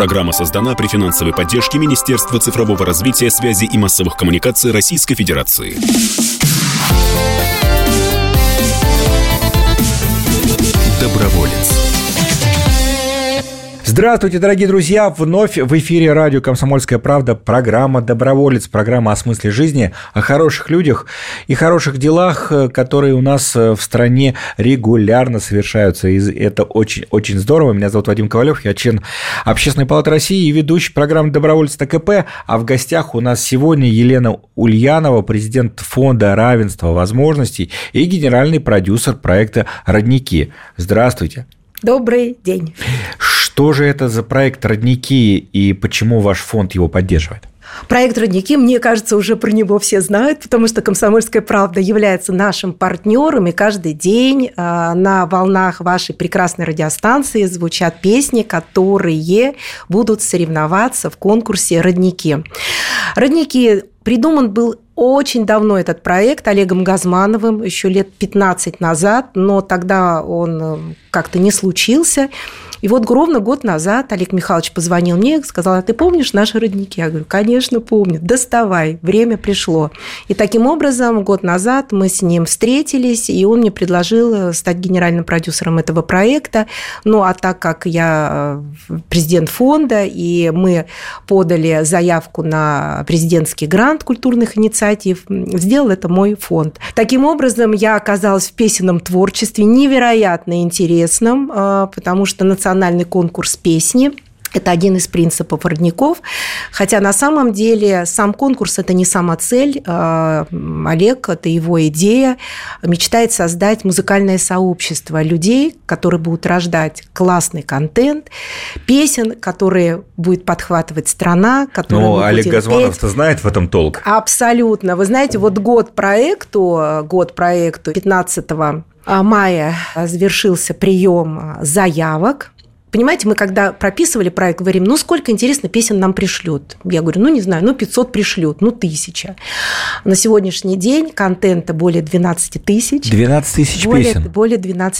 Программа создана при финансовой поддержке Министерства цифрового развития, связи и массовых коммуникаций Российской Федерации. Доброволец. Здравствуйте, дорогие друзья! Вновь в эфире радио «Комсомольская правда» программа «Доброволец», программа о смысле жизни, о хороших людях и хороших делах, которые у нас в стране регулярно совершаются. И это очень здорово. Меня зовут Вадим Ковалев, я член Общественной палаты России и ведущий программы «Доброволец ТКП». А в гостях у нас сегодня Елена Ульянова, президент Фонда равенства возможностей и генеральный продюсер проекта «Родники». Здравствуйте! Добрый день! Что же это за проект «Родники» и почему ваш фонд его поддерживает? Проект «Родники», мне кажется, уже про него все знают, потому что «Комсомольская правда» является нашим партнером, и каждый день на волнах вашей прекрасной радиостанции звучат песни, которые будут соревноваться в конкурсе «Родники». «Родники» придуман был очень давно этот проект Олегом Газмановым, еще лет 15 назад, но тогда он как-то не случился. И вот ровно год назад Олег Михайлович позвонил мне и сказал: а ты помнишь наши родники? Я говорю: конечно, помню, доставай, время пришло. И таким образом год назад мы с ним встретились, и он мне предложил стать генеральным продюсером этого проекта. Ну, а так как я президент фонда, и мы подали заявку на президентский грант культурных инициатив, сделал это мой фонд. Таким образом, я оказалась в песенном творчестве невероятно интересном, потому что национальный конкурс песни – это один из принципов «Родников», хотя на самом деле сам конкурс – это не сама цель. Олег, это его идея, мечтает создать музыкальное сообщество людей, которые будут рождать классный контент, песен, которые будет подхватывать страна, которые мы будем Олег Газманов-то петь. знает в этом толк? Абсолютно. Вы знаете, вот год проекту 15 мая завершился прием заявок. Понимаете, мы когда прописывали проект, говорим: ну, сколько, интересно, песен нам пришлют? Я говорю: ну, не знаю, 500 пришлют, 1000. На сегодняшний день контента более 12 тысяч. 12 тысяч песен? Более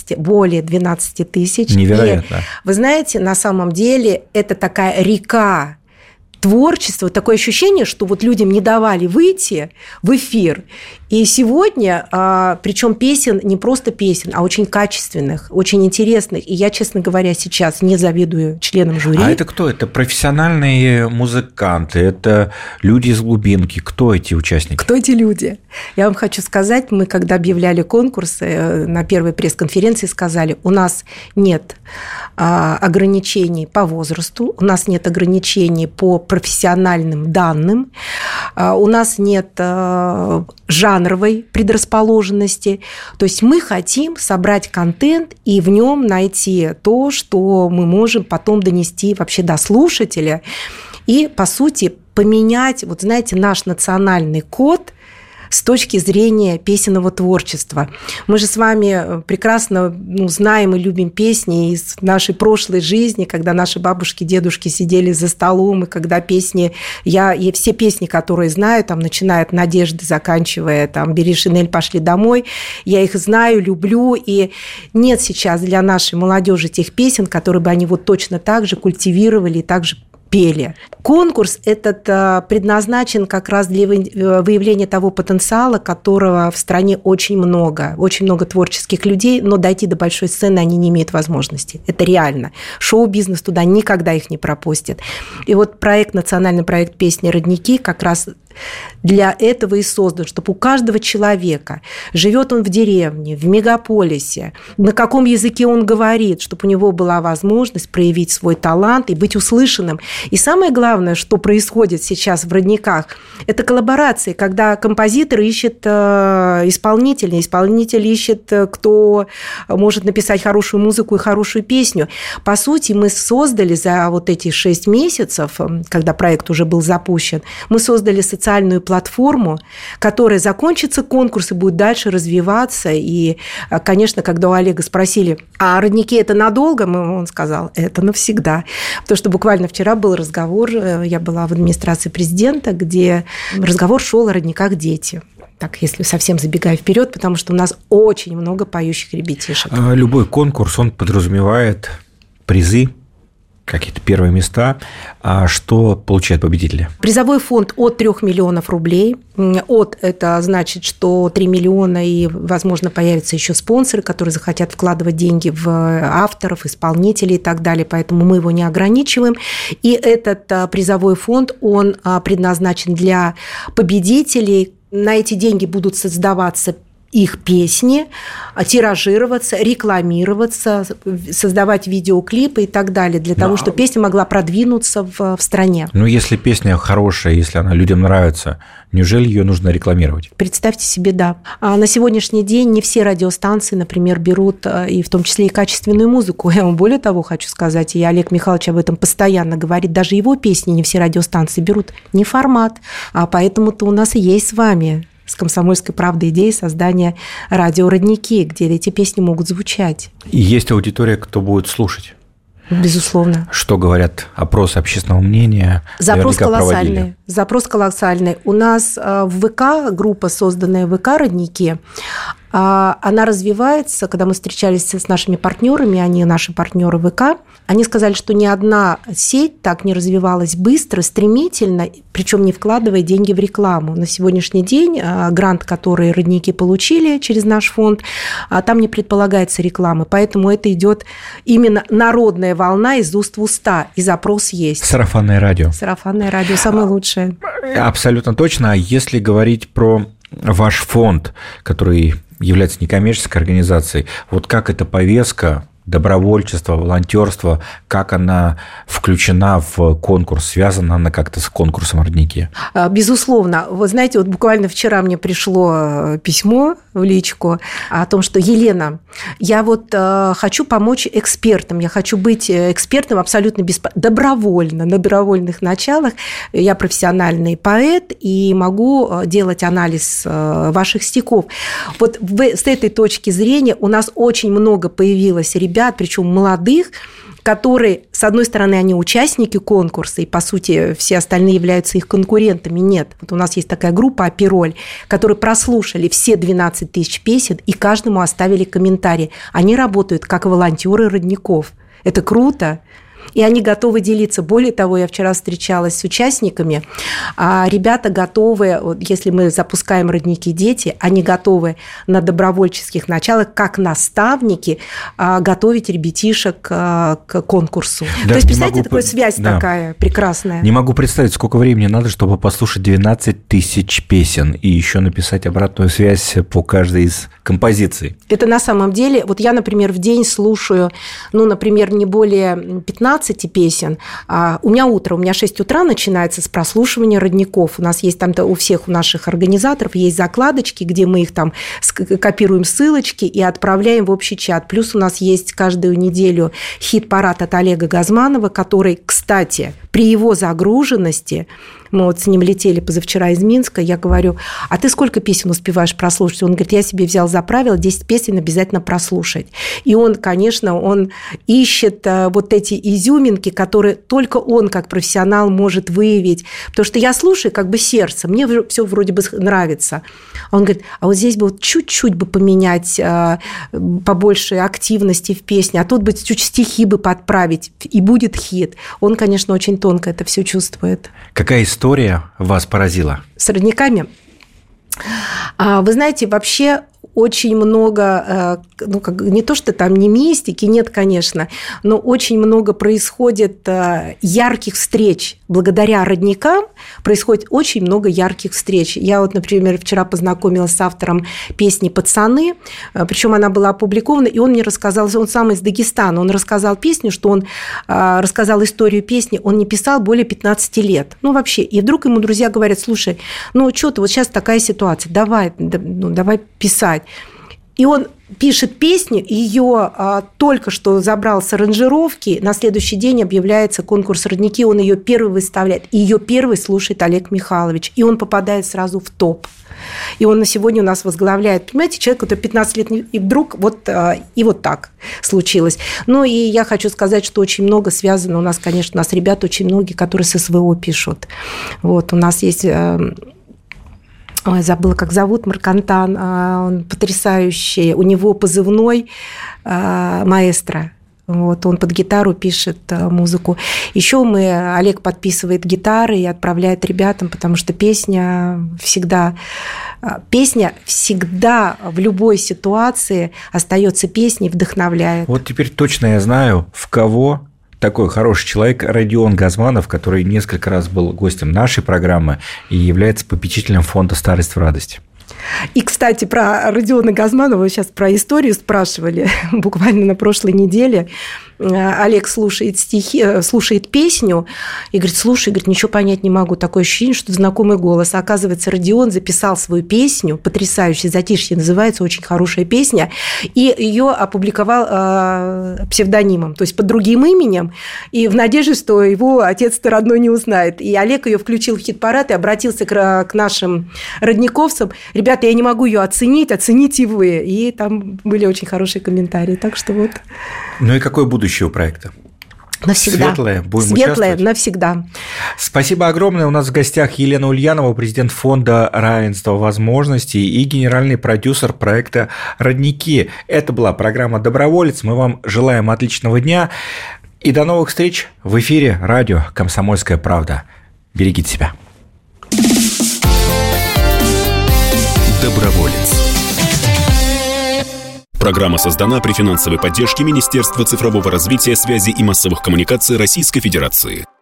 12 тысяч. Невероятно. И, вы знаете, на самом деле это такая река творчества, такое ощущение, что вот людям не давали выйти в эфир. И сегодня, причем песен, не просто песен, а очень качественных, очень интересных. И я, честно говоря, сейчас не завидую членам жюри. А это кто? Это профессиональные музыканты, это люди из глубинки. Кто эти участники? Кто эти люди? Я вам хочу сказать, мы, когда объявляли конкурс, на первой пресс-конференции сказали: у нас нет ограничений по возрасту, у нас нет ограничений по профессиональным данным, у нас нет жанровой предрасположенности. То есть мы хотим собрать контент и в нем найти то, что мы можем потом донести вообще до слушателя и, по сути, поменять, вот знаете, наш национальный код с точки зрения песенного творчества. Мы же с вами прекрасно знаем и любим песни из нашей прошлой жизни, когда наши бабушки, дедушки сидели за столом, и когда песни, и все песни, которые знаю, там, начиная от «Надежды», заканчивая там «Бери шинель, пошли домой», я их знаю, люблю, и нет сейчас для нашей молодежи тех песен, которые бы они вот точно так же культивировали и так же пели. Конкурс этот предназначен как раз для выявления того потенциала, которого в стране очень много творческих людей, но дойти до большой сцены они не имеют возможности. Это реально. Шоу-бизнес туда никогда их не пропустит. И вот национальный проект «Песни Родники» как раз для этого и создан, чтобы у каждого человека, живет он в деревне, в мегаполисе, на каком языке он говорит, чтобы у него была возможность проявить свой талант и быть услышанным. И самое главное, что происходит сейчас в «Родниках», это коллаборации, когда композитор ищет исполнителя, исполнитель ищет, кто может написать хорошую музыку и хорошую песню. По сути, мы создали за вот эти 6 месяцев, когда проект уже был запущен, мы создали социальную платформу, которая закончится конкурс и будет дальше развиваться. И, конечно, когда у Олега спросили: а «Родники» это надолго? Он сказал: это навсегда. Потому что буквально вчера был разговор, я была в администрации президента, где разговор шел о родниках «Дети». Так, если совсем забегая вперед, потому что у нас очень много поющих ребятишек. Любой конкурс, он подразумевает призы. какие-то первые места. А что получают победители? Призовой фонд от 3 миллионов рублей. От – это значит, что 3 миллиона, и, возможно, появятся еще спонсоры, которые захотят вкладывать деньги в авторов, исполнителей и так далее, поэтому мы его не ограничиваем. И этот призовой фонд, он предназначен для победителей. На эти деньги будут создаваться их песни, тиражироваться, рекламироваться, создавать видеоклипы и так далее, для того, чтобы песня могла продвинуться в стране. Ну, если песня хорошая, если она людям нравится, неужели ее нужно рекламировать? Представьте себе, да. А на сегодняшний день не все радиостанции, например, берут, и в том числе и качественную музыку. Я вам более того хочу сказать, и Олег Михайлович об этом постоянно говорит, даже его песни не все радиостанции берут, не формат. А поэтому-то у нас и есть с вами с «Комсомольской правдой» идея создания радио «Родники», где эти песни могут звучать. И есть аудитория, кто будет слушать? Безусловно. Что говорят опросы общественного мнения? Запрос колоссальный. Запрос колоссальный. У нас в ВК, группа, созданная в ВК «Родники», она развивается. Когда мы встречались с нашими партнерами, они наши партнеры ВК, они сказали, что ни одна сеть так не развивалась быстро, стремительно, причем не вкладывая деньги в рекламу. На сегодняшний день грант, который «Родники» получили через наш фонд, там не предполагается рекламы, поэтому это идет именно народная волна из уст в уста, и запрос есть. Сарафанное радио. Сарафанное радио самое лучшее. Абсолютно точно. А если говорить про ваш фонд, который является некоммерческой организацией, вот как эта повестка добровольчества, волонтерства, как она включена в конкурс, связана она как-то с конкурсом «Родники»? Безусловно. Вы знаете, вот буквально вчера мне пришло письмо в личку о том, что Елена, я вот хочу помочь экспертам, я хочу быть экспертом абсолютно добровольно, на добровольных началах. Я профессиональный поэт и могу делать анализ ваших стихов. Вот с этой точки зрения у нас очень много появилось ребят, причем молодых, которые, с одной стороны, они участники конкурса, и, по сути, все остальные являются их конкурентами. Нет. Вот у нас есть такая группа «Апироль», которые прослушали все 12 тысяч песен и каждому оставили комментарий. Они работают как волонтеры «Родников». Это круто. И они готовы делиться. Более того, я вчера встречалась с участниками, ребята готовы, если мы запускаем «Родники дети», они готовы на добровольческих началах, как наставники, готовить ребятишек к конкурсу. Да, то есть, представьте, такая связь такая прекрасная. Не могу представить, сколько времени надо, чтобы послушать 12 тысяч песен и еще написать обратную связь по каждой из композиций. Это на самом деле, вот я, например, в день слушаю, например, не более 15 песен. У меня 6 утра начинается с прослушивания «Родников». У нас есть там у всех, у наших организаторов есть закладочки, где мы их там копируем ссылочки и отправляем в общий чат. Плюс у нас есть каждую неделю хит-парад от Олега Газманова, который, кстати, при его загруженности, мы вот с ним летели позавчера из Минска, я говорю, а ты сколько песен успеваешь прослушать? Он говорит, я себе взял за правило 10 песен обязательно прослушать. И он, конечно, он ищет вот эти изюминки, которые только он, как профессионал, может выявить. Потому что я слушаю как бы сердце, мне все вроде бы нравится. Он говорит, а вот здесь бы вот чуть-чуть бы поменять, побольше активности в песне, а тут бы чуть стихи бы подправить, и будет хит. Он, конечно, очень тонко это все чувствует. Какая история вас поразила? С «Родниками»? Вы знаете, вообще очень много, не то, что там не мистики, нет, конечно, но очень много происходит ярких встреч. Благодаря «Родникам» происходит очень много ярких встреч. Я вот, например, вчера познакомилась с автором песни «Пацаны», причем она была опубликована, и он мне рассказал, он сам из Дагестана, он рассказал песню, что он рассказал историю песни, он не писал более 15 лет. Вообще. И вдруг ему друзья говорят, слушай, что-то вот сейчас такая ситуация, давай писать. И он пишет песню, ее только что забрал с аранжировки, на следующий день объявляется конкурс «Родники», он ее первый выставляет, и ее первый слушает Олег Михайлович, и он попадает сразу в топ. И он на сегодня у нас возглавляет, понимаете, человек, который 15 лет, и вдруг вот так случилось. И я хочу сказать, что очень много связано, у нас ребята очень многие, которые с СВО пишут. Вот, у нас есть... забыла, как зовут, Маркантан, он потрясающий, у него позывной маэстро. Вот, он под гитару пишет музыку. Еще Олег подписывает гитары и отправляет ребятам, потому что песня всегда в любой ситуации остается песней, вдохновляет. Вот теперь точно я знаю, в кого такой хороший человек Родион Газманов, который несколько раз был гостем нашей программы и является попечителем фонда «Старость в радость». И, кстати, про Родиона Газманова, вы сейчас про историю спрашивали, буквально на прошлой неделе. Олег слушает песню и говорит, слушай, ничего понять не могу, такое ощущение, что знакомый голос. А оказывается, Родион записал свою песню, потрясающая, «Затишье» называется, очень хорошая песня, и ее опубликовал псевдонимом, то есть под другим именем, и в надежде, что его отец-то родной не узнает. И Олег ее включил в хит-парад и обратился к нашим родниковцам. Ребята, я не могу ее оценить, оцените вы. И там были очень хорошие комментарии. Так что вот. Ну и какое будущее у проекта? Навсегда. Светлое, будем Светлое, участвовать. навсегда. Спасибо огромное. У нас в гостях Елена Ульянова, президент фонда равенства возможностей и генеральный продюсер проекта «Родники». Это была программа «Доброволец». Мы вам желаем отличного дня и до новых встреч в эфире радио «Комсомольская правда». Берегите себя. Доброволец. Программа создана при финансовой поддержке Министерства цифрового развития, связи и массовых коммуникаций Российской Федерации.